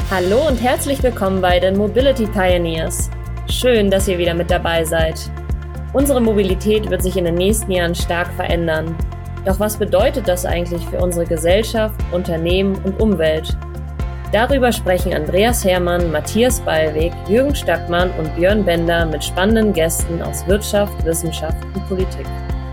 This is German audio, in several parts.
Hallo und herzlich willkommen bei den Mobility Pioneers. Schön, dass ihr wieder mit dabei seid. Unsere Mobilität wird sich in den nächsten Jahren stark verändern. Doch was bedeutet das eigentlich für unsere Gesellschaft, Unternehmen und Umwelt? Darüber sprechen Andreas Hermann, Matthias Ballweg, Jürgen Stackmann und Björn Bender mit spannenden Gästen aus Wirtschaft, Wissenschaft und Politik.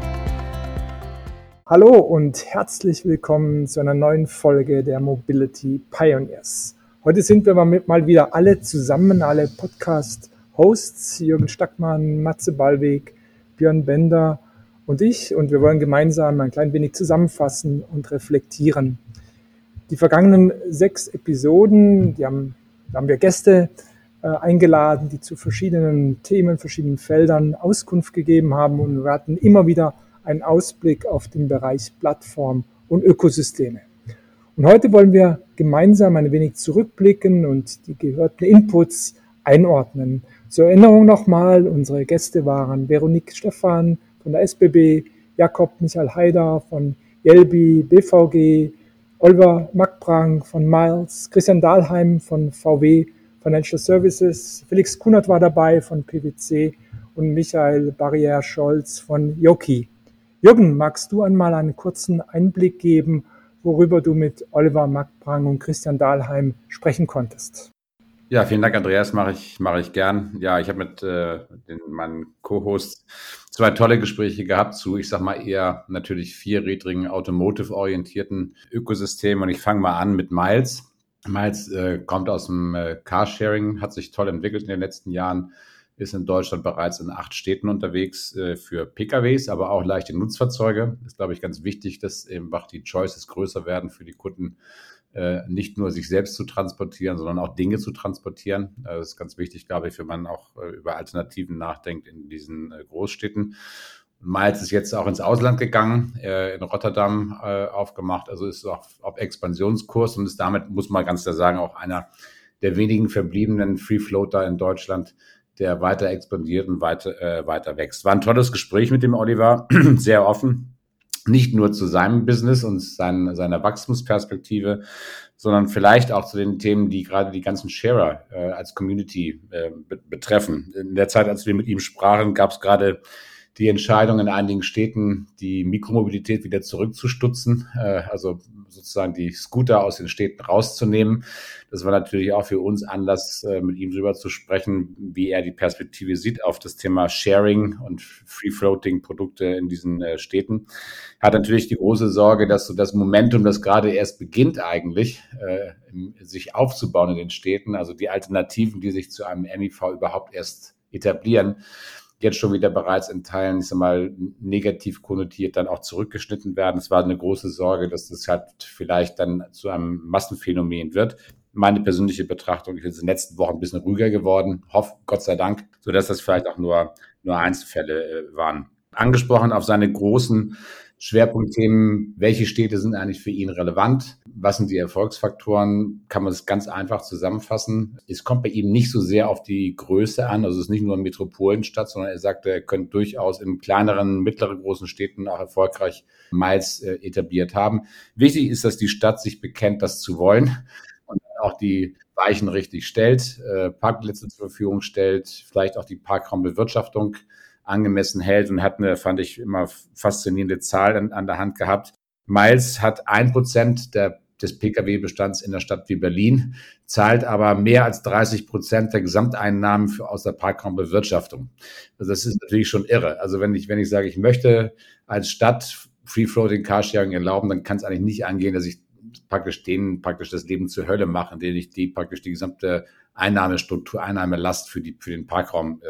Hallo und herzlich willkommen zu einer neuen Folge der Mobility Pioneers. Heute sind wir mal wieder alle zusammen, alle Podcast-Hosts, Jürgen Stackmann, Matze Ballweg, Björn Bender und ich. Und wir wollen gemeinsam ein klein wenig zusammenfassen und reflektieren. Die vergangenen 6 Episoden, da haben wir Gäste eingeladen, die zu verschiedenen Themen, verschiedenen Feldern Auskunft gegeben haben. Und wir hatten immer wieder einen Ausblick auf den Bereich Plattform und Ökosysteme. Und heute wollen wir gemeinsam ein wenig zurückblicken und die gehörten Inputs einordnen. Zur Erinnerung nochmal, unsere Gäste waren Veronique Stephan von der SBB, Jakob Michael Haider von Jelbi BVG, Oliver Mackbrang von Miles, Christian Dahlheim von VW Financial Services, Felix Kunert war dabei von PwC und Michael Barrière-Scholz von Yoki. Jürgen, magst du einmal einen kurzen Einblick geben, worüber du mit Oliver Mackbrang und Christian Dahlheim sprechen konntest? Ja, vielen Dank, Andreas, mache ich gern. Ja, ich habe mit meinen Co-Hosts 2 tolle Gespräche gehabt zu, ich sag mal, eher natürlich vierrädrigen, automotive-orientierten Ökosystemen. Und ich fange mal an mit Miles. Miles kommt aus dem Carsharing, hat sich toll entwickelt in den letzten Jahren, ist in Deutschland bereits in 8 Städten unterwegs für PKWs, aber auch leichte Nutzfahrzeuge. Ist, glaube ich, ganz wichtig, dass eben die Choices größer werden für die Kunden, nicht nur sich selbst zu transportieren, sondern auch Dinge zu transportieren. Das ist ganz wichtig, glaube ich, wenn man auch über Alternativen nachdenkt in diesen Großstädten. Miles ist jetzt auch ins Ausland gegangen, in Rotterdam aufgemacht, also ist auf Expansionskurs und ist damit, muss man ganz klar sagen, auch einer der wenigen verbliebenen Free-Floater in Deutschland, der weiter expandiert und weiter wächst. War ein tolles Gespräch mit dem Oliver, sehr offen, nicht nur zu seinem Business und seiner Wachstumsperspektive, sondern vielleicht auch zu den Themen, die gerade die ganzen Sharer als Community betreffen. In der Zeit, als wir mit ihm sprachen, gab es gerade die Entscheidung in einigen Städten, die Mikromobilität wieder zurückzustutzen, also sozusagen die Scooter aus den Städten rauszunehmen. Das war natürlich auch für uns Anlass, mit ihm darüber zu sprechen, wie er die Perspektive sieht auf das Thema Sharing und Free-Floating-Produkte in diesen Städten. Hat natürlich die große Sorge, dass so das Momentum, das gerade erst beginnt eigentlich, sich aufzubauen in den Städten, also die Alternativen, die sich zu einem MIV überhaupt erst etablieren, jetzt schon wieder bereits in Teilen, ich sag mal, negativ konnotiert dann auch zurückgeschnitten werden. Es war eine große Sorge, dass das halt vielleicht dann zu einem Massenphänomen wird. Meine persönliche Betrachtung, ich bin in den letzten Wochen ein bisschen ruhiger geworden, hoffe, Gott sei Dank, sodass das vielleicht auch nur Einzelfälle waren. Angesprochen auf seine großen Schwerpunktthemen, welche Städte sind eigentlich für ihn relevant? Was sind die Erfolgsfaktoren? Kann man das ganz einfach zusammenfassen? Es kommt bei ihm nicht so sehr auf die Größe an, also es ist nicht nur eine Metropolenstadt, sondern er sagt, er könnte durchaus in kleineren, mittleren, großen Städten auch erfolgreich Miles etabliert haben. Wichtig ist, dass die Stadt sich bekennt, das zu wollen und auch die Weichen richtig stellt, Parkplätze zur Verfügung stellt, vielleicht auch die Parkraumbewirtschaftung angemessen hält und hat eine, fand ich, immer faszinierende Zahl an der Hand gehabt. Miles hat 1% des Pkw-Bestands in der Stadt wie Berlin, zahlt aber mehr als 30% der Gesamteinnahmen aus der Parkraumbewirtschaftung. Also das ist natürlich schon irre. Also wenn ich sage, ich möchte als Stadt Free-Floating Carsharing erlauben, dann kann es eigentlich nicht angehen, dass ich praktisch das Leben zur Hölle mache, indem ich die gesamte Einnahmestruktur, Einnahmelast für den Parkraum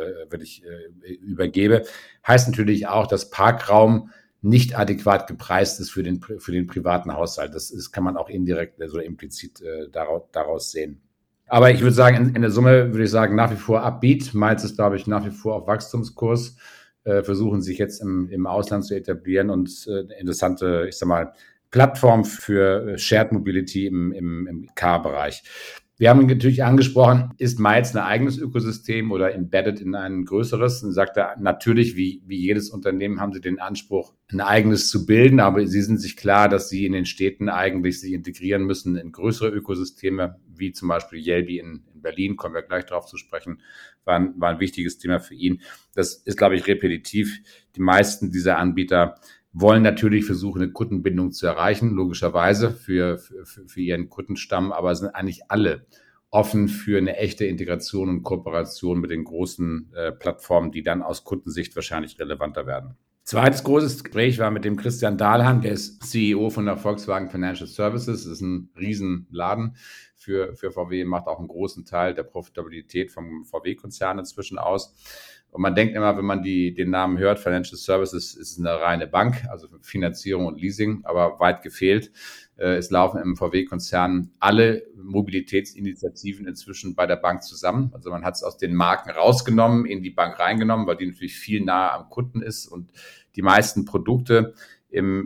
übergebe. Heißt natürlich auch, dass Parkraum nicht adäquat gepreist ist für den privaten Haushalt. Das kann man auch indirekt oder implizit daraus sehen. Aber ich würde sagen, in der Summe würde ich sagen, nach wie vor upbeat. Miles ist, glaube ich, nach wie vor auf Wachstumskurs, versuchen sich jetzt im Ausland zu etablieren und interessante, ich sag mal, Plattform für Shared Mobility im Car-Bereich. Wir haben ihn natürlich angesprochen, ist Miles ein eigenes Ökosystem oder embedded in ein größeres? Und sagt er, natürlich, wie jedes Unternehmen haben sie den Anspruch, ein eigenes zu bilden, aber sie sind sich klar, dass sie in den Städten eigentlich sich integrieren müssen in größere Ökosysteme, wie zum Beispiel Yelby in Berlin, kommen wir gleich darauf zu sprechen, war ein wichtiges Thema für ihn. Das ist, glaube ich, repetitiv. Die meisten dieser Anbieter wollen natürlich versuchen, eine Kundenbindung zu erreichen, logischerweise für ihren Kundenstamm, aber sind eigentlich alle offen für eine echte Integration und Kooperation mit den großen Plattformen, die dann aus Kundensicht wahrscheinlich relevanter werden. Zweites großes Gespräch war mit dem Christian Dahlhahn, der ist CEO von der Volkswagen Financial Services. Das ist ein Riesenladen für VW, macht auch einen großen Teil der Profitabilität vom VW-Konzern inzwischen aus. Und man denkt immer, wenn man den Namen hört, Financial Services ist eine reine Bank, also Finanzierung und Leasing, aber weit gefehlt. Es laufen im VW-Konzern alle Mobilitätsinitiativen inzwischen bei der Bank zusammen. Also man hat es aus den Marken rausgenommen, in die Bank reingenommen, weil die natürlich viel nahe am Kunden ist und die meisten Produkte im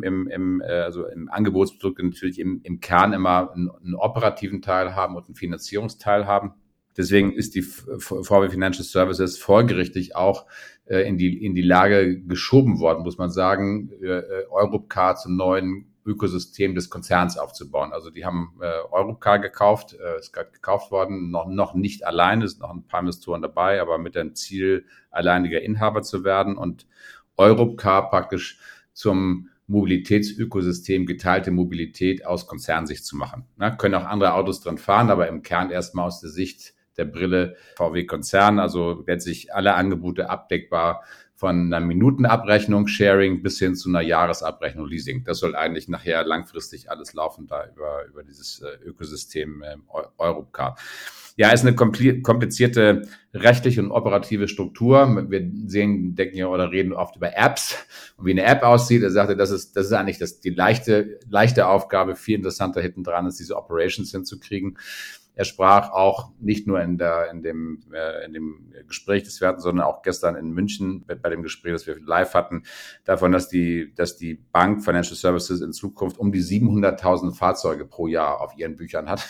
Angebotsprodukte natürlich im Kern immer einen operativen Teil haben und einen Finanzierungsteil haben. Deswegen ist die VW Financial Services folgerichtig auch in die Lage geschoben worden, muss man sagen, Europcar zum neuen Ökosystem des Konzerns aufzubauen. Also die haben Europcar gekauft, ist gerade gekauft worden, noch nicht allein, ist noch ein paar Investoren dabei, aber mit dem Ziel, alleiniger Inhaber zu werden und Europcar praktisch zum Mobilitätsökosystem, geteilte Mobilität aus Konzernsicht zu machen. Können auch andere Autos drin fahren, aber im Kern erstmal aus der Sicht der Brille VW-Konzern, also letztlich alle Angebote abdeckbar von einer Minutenabrechnung, Sharing bis hin zu einer Jahresabrechnung, Leasing. Das soll eigentlich nachher langfristig alles laufen da über dieses Ökosystem Europcar. Ja, ist eine komplizierte rechtliche und operative Struktur. Wir denken ja oder reden oft über Apps und wie eine App aussieht. Er sagte, das ist eigentlich die leichte Aufgabe. Viel interessanter hinten dran ist, diese Operations hinzukriegen. Er sprach auch nicht nur in dem Gespräch, das wir hatten, sondern auch gestern in München bei dem Gespräch, das wir live hatten, davon, dass die Bank Financial Services in Zukunft um die 700.000 Fahrzeuge pro Jahr auf ihren Büchern hat.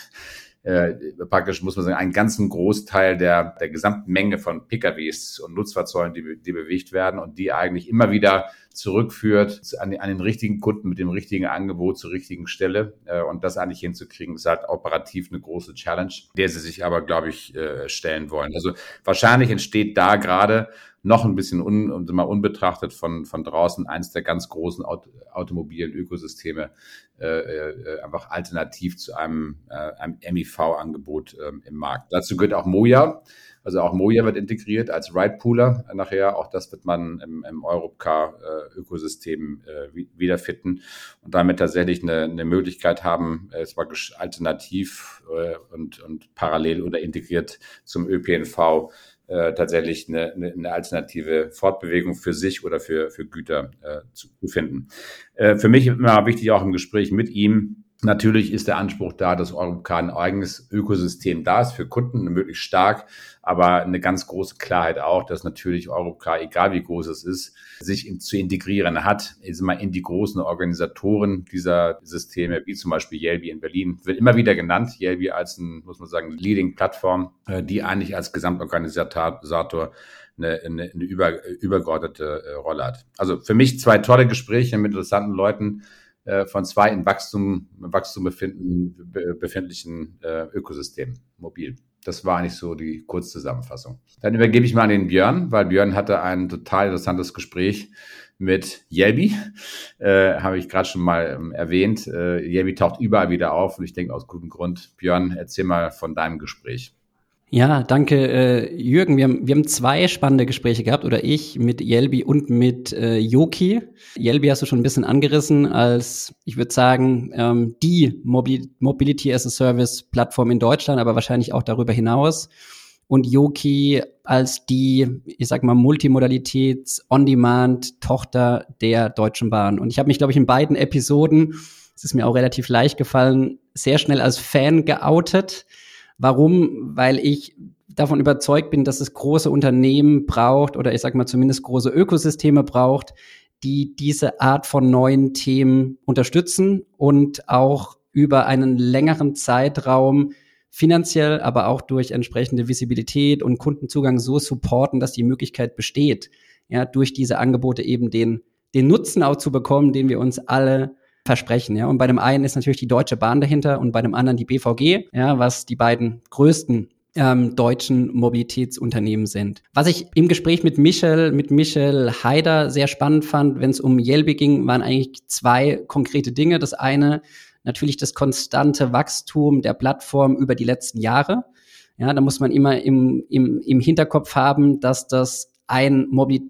Praktisch muss man sagen, einen ganzen Großteil der gesamten Menge von PKWs und Nutzfahrzeugen, die bewegt werden und die eigentlich immer wieder zurückführt an den richtigen Kunden mit dem richtigen Angebot zur richtigen Stelle. Und das eigentlich hinzukriegen, ist halt operativ eine große Challenge, der sie sich aber, glaube ich, stellen wollen. Also wahrscheinlich entsteht da gerade noch ein bisschen unbetrachtet von draußen eines der ganz großen automobilen Ökosysteme, einfach alternativ zu einem MIV-Angebot im Markt. Dazu gehört auch Moja. Also auch Moja wird integriert als Ride-Pooler nachher. Auch das wird man im Europcar-Ökosystem wiederfinden und damit tatsächlich eine Möglichkeit haben, es war alternativ und parallel oder integriert zum ÖPNV tatsächlich eine alternative Fortbewegung für sich oder für Güter zu finden. Für mich immer wichtig auch im Gespräch mit ihm, natürlich ist der Anspruch da, dass Europcar ein eigenes Ökosystem da ist für Kunden, möglichst stark, aber eine ganz große Klarheit auch, dass natürlich Europcar, egal wie groß es ist, sich zu integrieren hat, in die großen Organisatoren dieser Systeme, wie zum Beispiel Yelby in Berlin, wird immer wieder genannt, Yelby als muss man sagen, Leading-Plattform, die eigentlich als Gesamtorganisator eine übergeordnete Rolle hat. Also für mich 2 tolle Gespräche mit interessanten Leuten, von 2 im Wachstum befindlichen Ökosystemen, mobil. Das war eigentlich so die Kurzzusammenfassung. Dann übergebe ich mal an den Björn, weil Björn hatte ein total interessantes Gespräch mit Yelby. Habe ich gerade schon mal erwähnt. Yelby taucht überall wieder auf und ich denke aus gutem Grund. Björn, erzähl mal von deinem Gespräch. Ja, danke, Jürgen. Wir haben 2 spannende Gespräche gehabt, oder ich mit Yelby und mit Yoky. Yelby hast du schon ein bisschen angerissen als, ich würde sagen, die Mobility as a Service Plattform in Deutschland, aber wahrscheinlich auch darüber hinaus. Und Yoky als die, ich sag mal, Multimodalitäts-On-Demand-Tochter der Deutschen Bahn. Und ich habe mich, glaube ich, in beiden Episoden, es ist mir auch relativ leicht gefallen, sehr schnell als Fan geoutet. Warum? Weil ich davon überzeugt bin, dass es große Unternehmen braucht oder ich sag mal zumindest große Ökosysteme braucht, die diese Art von neuen Themen unterstützen und auch über einen längeren Zeitraum finanziell, aber auch durch entsprechende Visibilität und Kundenzugang so supporten, dass die Möglichkeit besteht, ja, durch diese Angebote eben den Nutzen auch zu bekommen, den wir uns alle versprechen. Ja. Und bei dem einen ist natürlich die Deutsche Bahn dahinter und bei dem anderen die BVG, ja, was die beiden größten deutschen Mobilitätsunternehmen sind. Was ich im Gespräch mit Michel Haider sehr spannend fand, wenn es um Jelbi ging, waren eigentlich zwei konkrete Dinge. Das eine, natürlich das konstante Wachstum der Plattform über die letzten Jahre. Ja, da muss man immer im Hinterkopf haben, dass das ein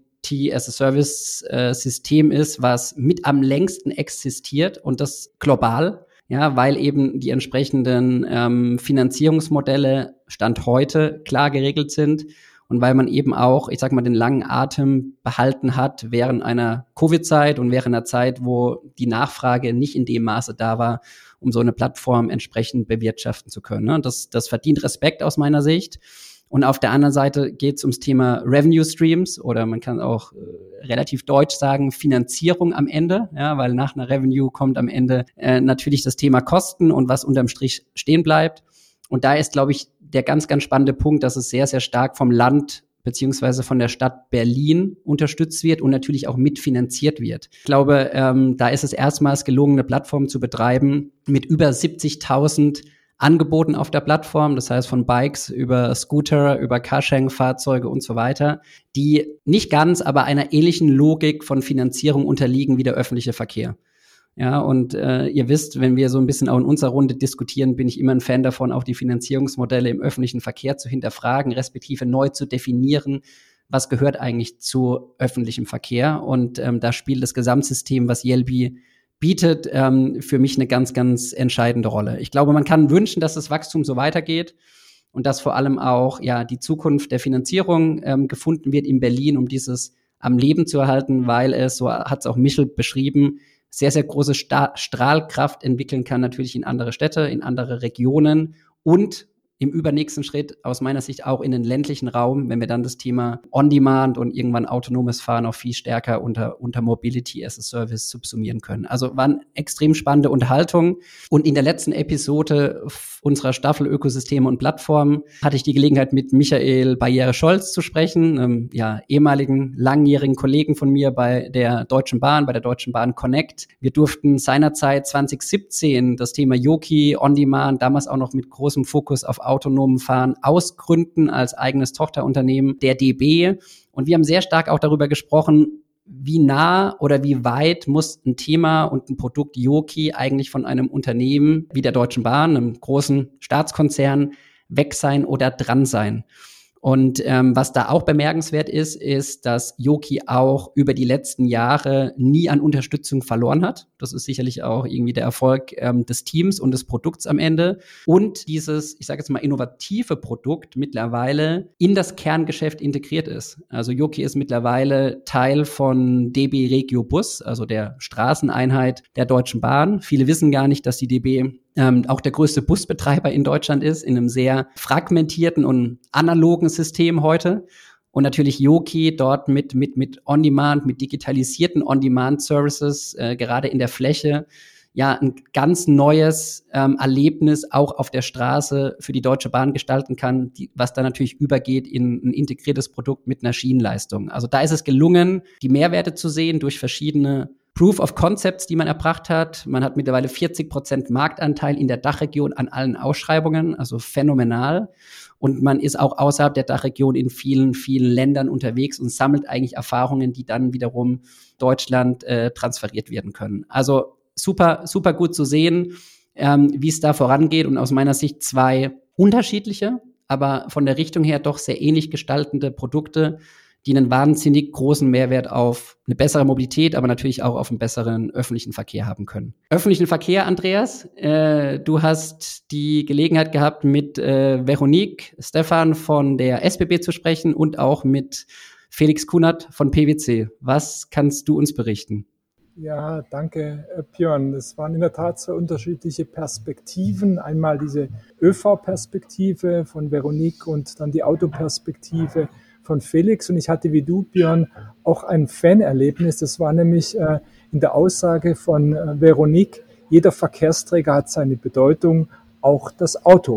Mobility-as-a-Service-System ist, was mit am längsten existiert und das global. Ja, weil eben die entsprechenden Finanzierungsmodelle Stand heute klar geregelt sind und weil man eben auch, ich sag mal, den langen Atem behalten hat während einer Covid-Zeit und während einer Zeit, wo die Nachfrage nicht in dem Maße da war, um so eine Plattform entsprechend bewirtschaften zu können. Ne? Das verdient Respekt aus meiner Sicht. Und auf der anderen Seite geht es ums Thema Revenue Streams oder man kann auch relativ deutsch sagen Finanzierung am Ende, ja, weil nach einer Revenue kommt am Ende natürlich das Thema Kosten und was unterm Strich stehen bleibt. Und da ist, glaube ich, der ganz, ganz spannende Punkt, dass es sehr, sehr stark vom Land beziehungsweise von der Stadt Berlin unterstützt wird und natürlich auch mitfinanziert wird. Ich glaube, da ist es erstmals gelungen, eine Plattform zu betreiben mit über 70.000 Angeboten auf der Plattform, das heißt von Bikes über Scooter, über Carsharing-Fahrzeuge und so weiter, die nicht ganz, aber einer ähnlichen Logik von Finanzierung unterliegen wie der öffentliche Verkehr. Ja, und ihr wisst, wenn wir so ein bisschen auch in unserer Runde diskutieren, bin ich immer ein Fan davon, auch die Finanzierungsmodelle im öffentlichen Verkehr zu hinterfragen, respektive neu zu definieren, was gehört eigentlich zu öffentlichem Verkehr. Und da spielt das Gesamtsystem, was Jelbi bietet, für mich eine ganz, ganz entscheidende Rolle. Ich glaube, man kann wünschen, dass das Wachstum so weitergeht und dass vor allem auch ja die Zukunft der Finanzierung gefunden wird in Berlin, um dieses am Leben zu erhalten, weil es, so hat es auch Michel beschrieben, sehr, sehr große Strahlkraft entwickeln kann, natürlich in andere Städte, in andere Regionen und im übernächsten Schritt aus meiner Sicht auch in den ländlichen Raum, wenn wir dann das Thema On-Demand und irgendwann autonomes Fahren auch viel stärker unter Mobility as a Service subsumieren können. Also waren extrem spannende Unterhaltungen. Und in der letzten Episode unserer Staffel Ökosysteme und Plattformen hatte ich die Gelegenheit, mit Michael Barriere-Scholz zu sprechen, ehemaligen langjährigen Kollegen von mir bei der Deutschen Bahn Connect. Wir durften seinerzeit 2017 das Thema Yoki, On-Demand, damals auch noch mit großem Fokus auf autonomen Fahren ausgründen als eigenes Tochterunternehmen der DB. Und wir haben sehr stark auch darüber gesprochen, wie nah oder wie weit muss ein Thema und ein Produkt Yoki eigentlich von einem Unternehmen wie der Deutschen Bahn, einem großen Staatskonzern, weg sein oder dran sein. Und was da auch bemerkenswert ist, dass Yoki auch über die letzten Jahre nie an Unterstützung verloren hat. Das ist sicherlich auch irgendwie der Erfolg des Teams und des Produkts am Ende. Und dieses, ich sage jetzt mal, innovative Produkt mittlerweile in das Kerngeschäft integriert ist. Also Yoki ist mittlerweile Teil von DB Regio Bus, also der Straßeneinheit der Deutschen Bahn. Viele wissen gar nicht, dass die DB auch der größte Busbetreiber in Deutschland ist, in einem sehr fragmentierten und analogen System heute. Und natürlich Yoki dort mit On-Demand, mit digitalisierten On-Demand-Services, gerade in der Fläche, ja, ein ganz neues Erlebnis auch auf der Straße für die Deutsche Bahn gestalten kann, was dann natürlich übergeht in ein integriertes Produkt mit einer Schienenleistung. Also da ist es gelungen, die Mehrwerte zu sehen durch verschiedene Proof of Concepts, die man erbracht hat. Man hat mittlerweile 40% Marktanteil in der Dachregion an allen Ausschreibungen, also phänomenal. Und man ist auch außerhalb der Dachregion in vielen, vielen Ländern unterwegs und sammelt eigentlich Erfahrungen, die dann wiederum Deutschland transferiert werden können. Also super, super gut zu sehen, wie es da vorangeht und aus meiner Sicht zwei unterschiedliche, aber von der Richtung her doch sehr ähnlich gestaltende Produkte, die einen wahnsinnig großen Mehrwert auf eine bessere Mobilität, aber natürlich auch auf einen besseren öffentlichen Verkehr haben können. Öffentlichen Verkehr, Andreas, du hast die Gelegenheit gehabt, mit Veronique Stephan von der SBB zu sprechen und auch mit Felix Kunert von PwC. Was kannst du uns berichten? Ja, danke, Björn. Das waren in der Tat zwei unterschiedliche Perspektiven. Einmal diese ÖV-Perspektive von Veronique und dann die Autoperspektive von Felix. Und ich hatte wie du, Björn, auch ein Fanerlebnis. Das war nämlich in der Aussage von Veronique, jeder Verkehrsträger hat seine Bedeutung, auch das Auto.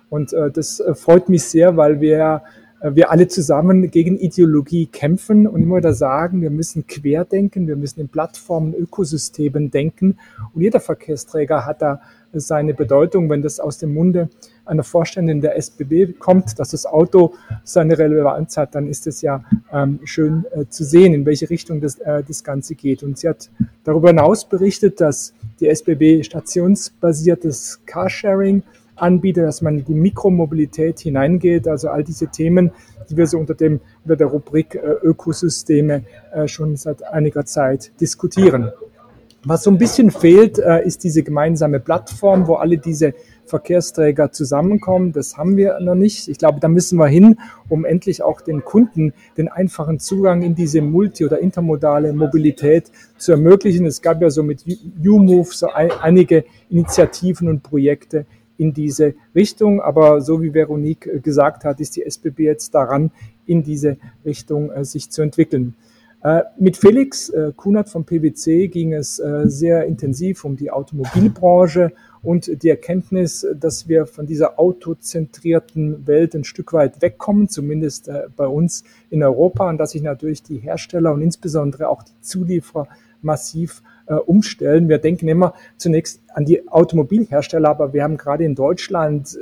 Und das freut mich sehr, weil wir alle zusammen gegen Ideologie kämpfen und immer wieder sagen, wir müssen querdenken, wir müssen in Plattformen, Ökosystemen denken. Und jeder Verkehrsträger hat da seine Bedeutung. Wenn das aus dem Munde einer Vorständin der SBB kommt, dass das Auto seine Relevanz hat, dann ist es ja schön zu sehen, in welche Richtung das Ganze geht. Und sie hat darüber hinaus berichtet, dass die SBB stationsbasiertes Carsharing anbietet, dass man in die Mikromobilität hineingeht, also all diese Themen, die wir so unter der Rubrik Ökosysteme schon seit einiger Zeit diskutieren. Was so ein bisschen fehlt, ist diese gemeinsame Plattform, wo alle diese Verkehrsträger zusammenkommen. Das haben wir noch nicht. Ich glaube, da müssen wir hin, um endlich auch den Kunden den einfachen Zugang in diese multi- oder intermodale Mobilität zu ermöglichen. Es gab ja so mit YouMove so einige Initiativen und Projekte in diese Richtung. Aber so wie Veronique gesagt hat, ist die SBB jetzt daran, in diese Richtung sich zu entwickeln. Mit Felix Kunert vom PwC ging es sehr intensiv um die Automobilbranche und die Erkenntnis, dass wir von dieser autozentrierten Welt ein Stück weit wegkommen, zumindest bei uns in Europa, und dass sich natürlich die Hersteller und insbesondere auch die Zulieferer massiv umstellen. Wir denken immer zunächst an die Automobilhersteller, aber wir haben gerade in Deutschland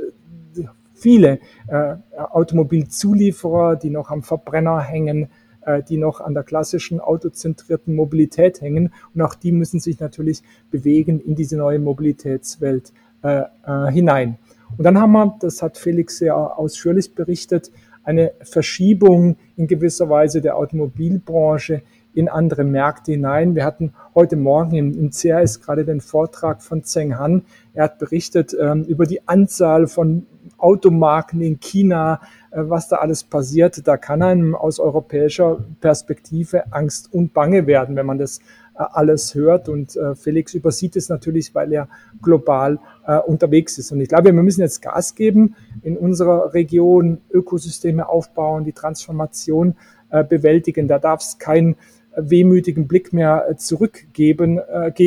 viele Automobilzulieferer, die noch am Verbrenner hängen, die noch an der klassischen autozentrierten Mobilität hängen. Und auch die müssen sich natürlich bewegen in diese neue Mobilitätswelt hinein. Und dann haben wir, das hat Felix sehr ausführlich berichtet, eine Verschiebung in gewisser Weise der Automobilbranche in andere Märkte hinein. Wir hatten heute Morgen im CRS gerade den Vortrag von Zheng Han. Er hat berichtet über die Anzahl von Automarken in China, was da alles passiert. Da kann einem aus europäischer Perspektive Angst und Bange werden, wenn man das alles hört. Und Felix übersieht es natürlich, weil er global unterwegs ist. Und ich glaube, wir müssen jetzt Gas geben in unserer Region, Ökosysteme aufbauen, die Transformation bewältigen. Da darf es keinen wehmütigen Blick mehr zurückgeben.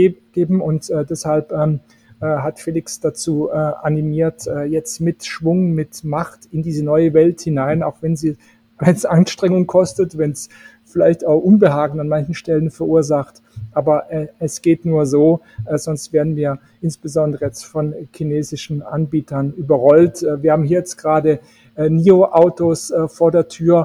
Und deshalb hat Felix dazu animiert, jetzt mit Schwung, mit Macht in diese neue Welt hinein, auch wenn es Anstrengung kostet, wenn es vielleicht auch Unbehagen an manchen Stellen verursacht. Aber es geht nur so, sonst werden wir insbesondere jetzt von chinesischen Anbietern überrollt. Wir haben hier jetzt gerade NIO-Autos vor der Tür.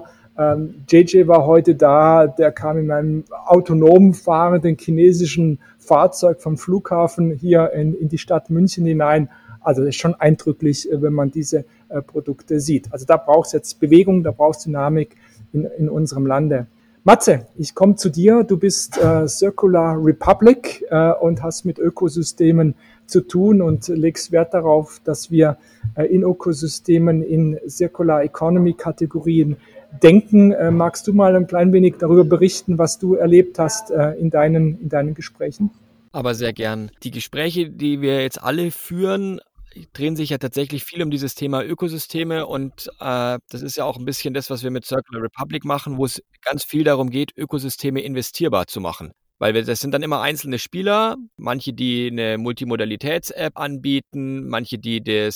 JJ war heute da, der kam in einem autonom fahrenden chinesischen Fahrzeug vom Flughafen hier in die Stadt München hinein. Also das ist schon eindrücklich, wenn man diese Produkte sieht. Also da braucht es jetzt Bewegung, da braucht es Dynamik in unserem Lande. Matze, ich komme zu dir. Du bist Circular Republic und hast mit Ökosystemen zu tun und legst Wert darauf, dass wir in Ökosystemen in Circular Economy Kategorien denken. Magst du mal ein klein wenig darüber berichten, was du erlebt hast in deinen Gesprächen? Aber sehr gern. Die Gespräche, die wir jetzt alle führen, drehen sich ja tatsächlich viel um dieses Thema Ökosysteme und das ist ja auch ein bisschen das, was wir mit Circular Republic machen, wo es ganz viel darum geht, Ökosysteme investierbar zu machen. Weil das sind dann immer einzelne Spieler, manche, die eine Multimodalitäts-App anbieten, manche, die den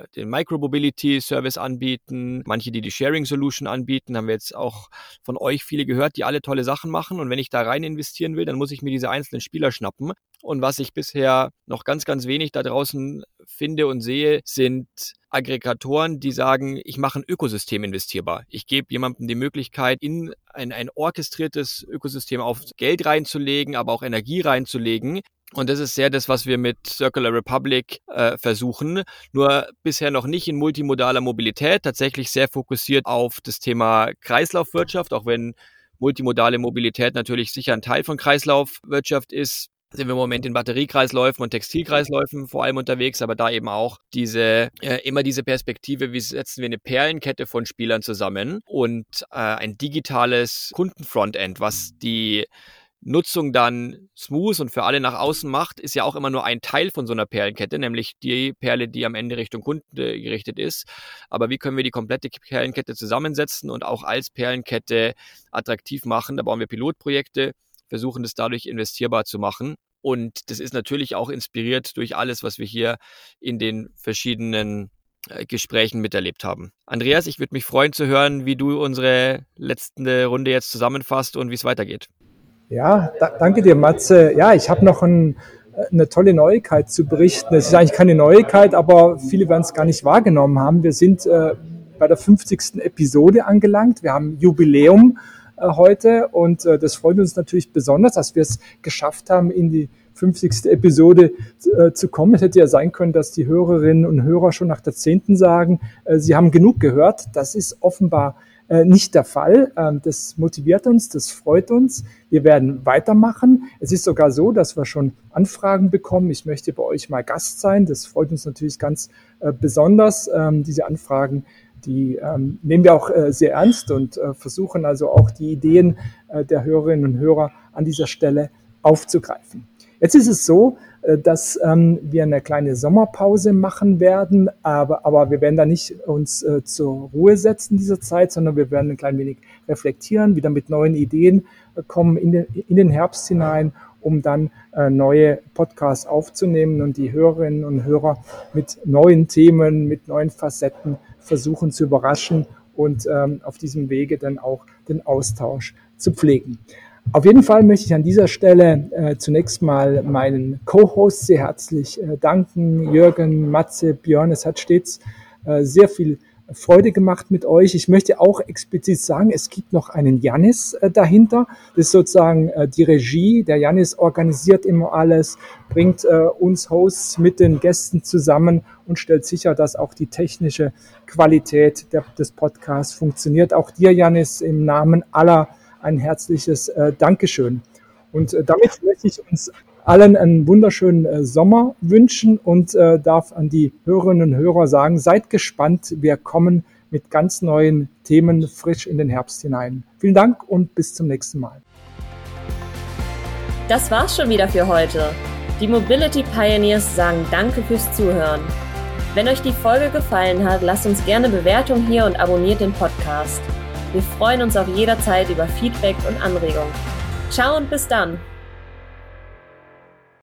Micromobility-Service anbieten, manche, die Sharing-Solution anbieten, haben wir jetzt auch von euch viele gehört, die alle tolle Sachen machen. Und wenn ich da rein investieren will, dann muss ich mir diese einzelnen Spieler schnappen. Und was ich bisher noch ganz, ganz wenig da draußen finde und sehe, sind Aggregatoren, die sagen, ich mache ein Ökosystem investierbar. Ich gebe jemandem die Möglichkeit, in ein orchestriertes Ökosystem auf Geld reinzulegen, aber auch Energie reinzulegen. Und das ist sehr das, was wir mit Circular Republic versuchen. Nur bisher noch nicht in multimodaler Mobilität, tatsächlich sehr fokussiert auf das Thema Kreislaufwirtschaft, auch wenn multimodale Mobilität natürlich sicher ein Teil von Kreislaufwirtschaft ist. Sind wir im Moment in Batteriekreisläufen und Textilkreisläufen vor allem unterwegs, aber da eben auch immer diese Perspektive, wie setzen wir eine Perlenkette von Spielern zusammen und ein digitales Kundenfrontend, was die Nutzung dann smooth und für alle nach außen macht, ist ja auch immer nur ein Teil von so einer Perlenkette, nämlich die Perle, die am Ende Richtung Kunden gerichtet ist. Aber wie können wir die komplette Perlenkette zusammensetzen und auch als Perlenkette attraktiv machen? Da bauen wir Pilotprojekte, versuchen das dadurch investierbar zu machen. Und das ist natürlich auch inspiriert durch alles, was wir hier in den verschiedenen Gesprächen miterlebt haben. Andreas, ich würde mich freuen zu hören, wie du unsere letzte Runde jetzt zusammenfasst und wie es weitergeht. Ja, danke dir, Matze. Ja, ich habe noch eine tolle Neuigkeit zu berichten. Es ist eigentlich keine Neuigkeit, aber viele werden es gar nicht wahrgenommen haben. Wir sind bei der 50. Episode angelangt. Wir haben Jubiläum heute und das freut uns natürlich besonders, dass wir es geschafft haben, in die 50. Episode zu kommen. Es hätte ja sein können, dass die Hörerinnen und Hörer schon nach der 10. sagen, sie haben genug gehört. Das ist offenbar nicht der Fall. Das motiviert uns, das freut uns. Wir werden weitermachen. Es ist sogar so, dass wir schon Anfragen bekommen. Ich möchte bei euch mal Gast sein. Das freut uns natürlich ganz besonders. Diese Anfragen, die nehmen wir auch sehr ernst und versuchen also auch die Ideen der Hörerinnen und Hörer an dieser Stelle aufzugreifen. Jetzt ist es so, dass wir eine kleine Sommerpause machen werden, aber wir werden da nicht uns zur Ruhe setzen in dieser Zeit, sondern wir werden ein klein wenig reflektieren, wieder mit neuen Ideen kommen in den Herbst hinein, um dann neue Podcasts aufzunehmen und die Hörerinnen und Hörer mit neuen Themen, mit neuen Facetten versuchen zu überraschen und auf diesem Wege dann auch den Austausch zu pflegen. Auf jeden Fall möchte ich an dieser Stelle zunächst mal meinen Co-Hosts sehr herzlich danken. Jürgen, Matze, Björn, es hat stets sehr viel Freude gemacht mit euch. Ich möchte auch explizit sagen, es gibt noch einen Jannis dahinter. Das ist sozusagen die Regie. Der Jannis organisiert immer alles, bringt uns Hosts mit den Gästen zusammen und stellt sicher, dass auch die technische Qualität des Podcasts funktioniert. Auch dir, Jannis, im Namen aller ein herzliches Dankeschön. Und damit möchte ich uns allen einen wunderschönen Sommer wünschen und darf an die Hörerinnen und Hörer sagen, seid gespannt, wir kommen mit ganz neuen Themen frisch in den Herbst hinein. Vielen Dank und bis zum nächsten Mal. Das war's schon wieder für heute. Die Mobility Pioneers sagen Danke fürs Zuhören. Wenn euch die Folge gefallen hat, lasst uns gerne Bewertung hier und abonniert den Podcast. Wir freuen uns auch jederzeit über Feedback und Anregungen. Ciao und bis dann!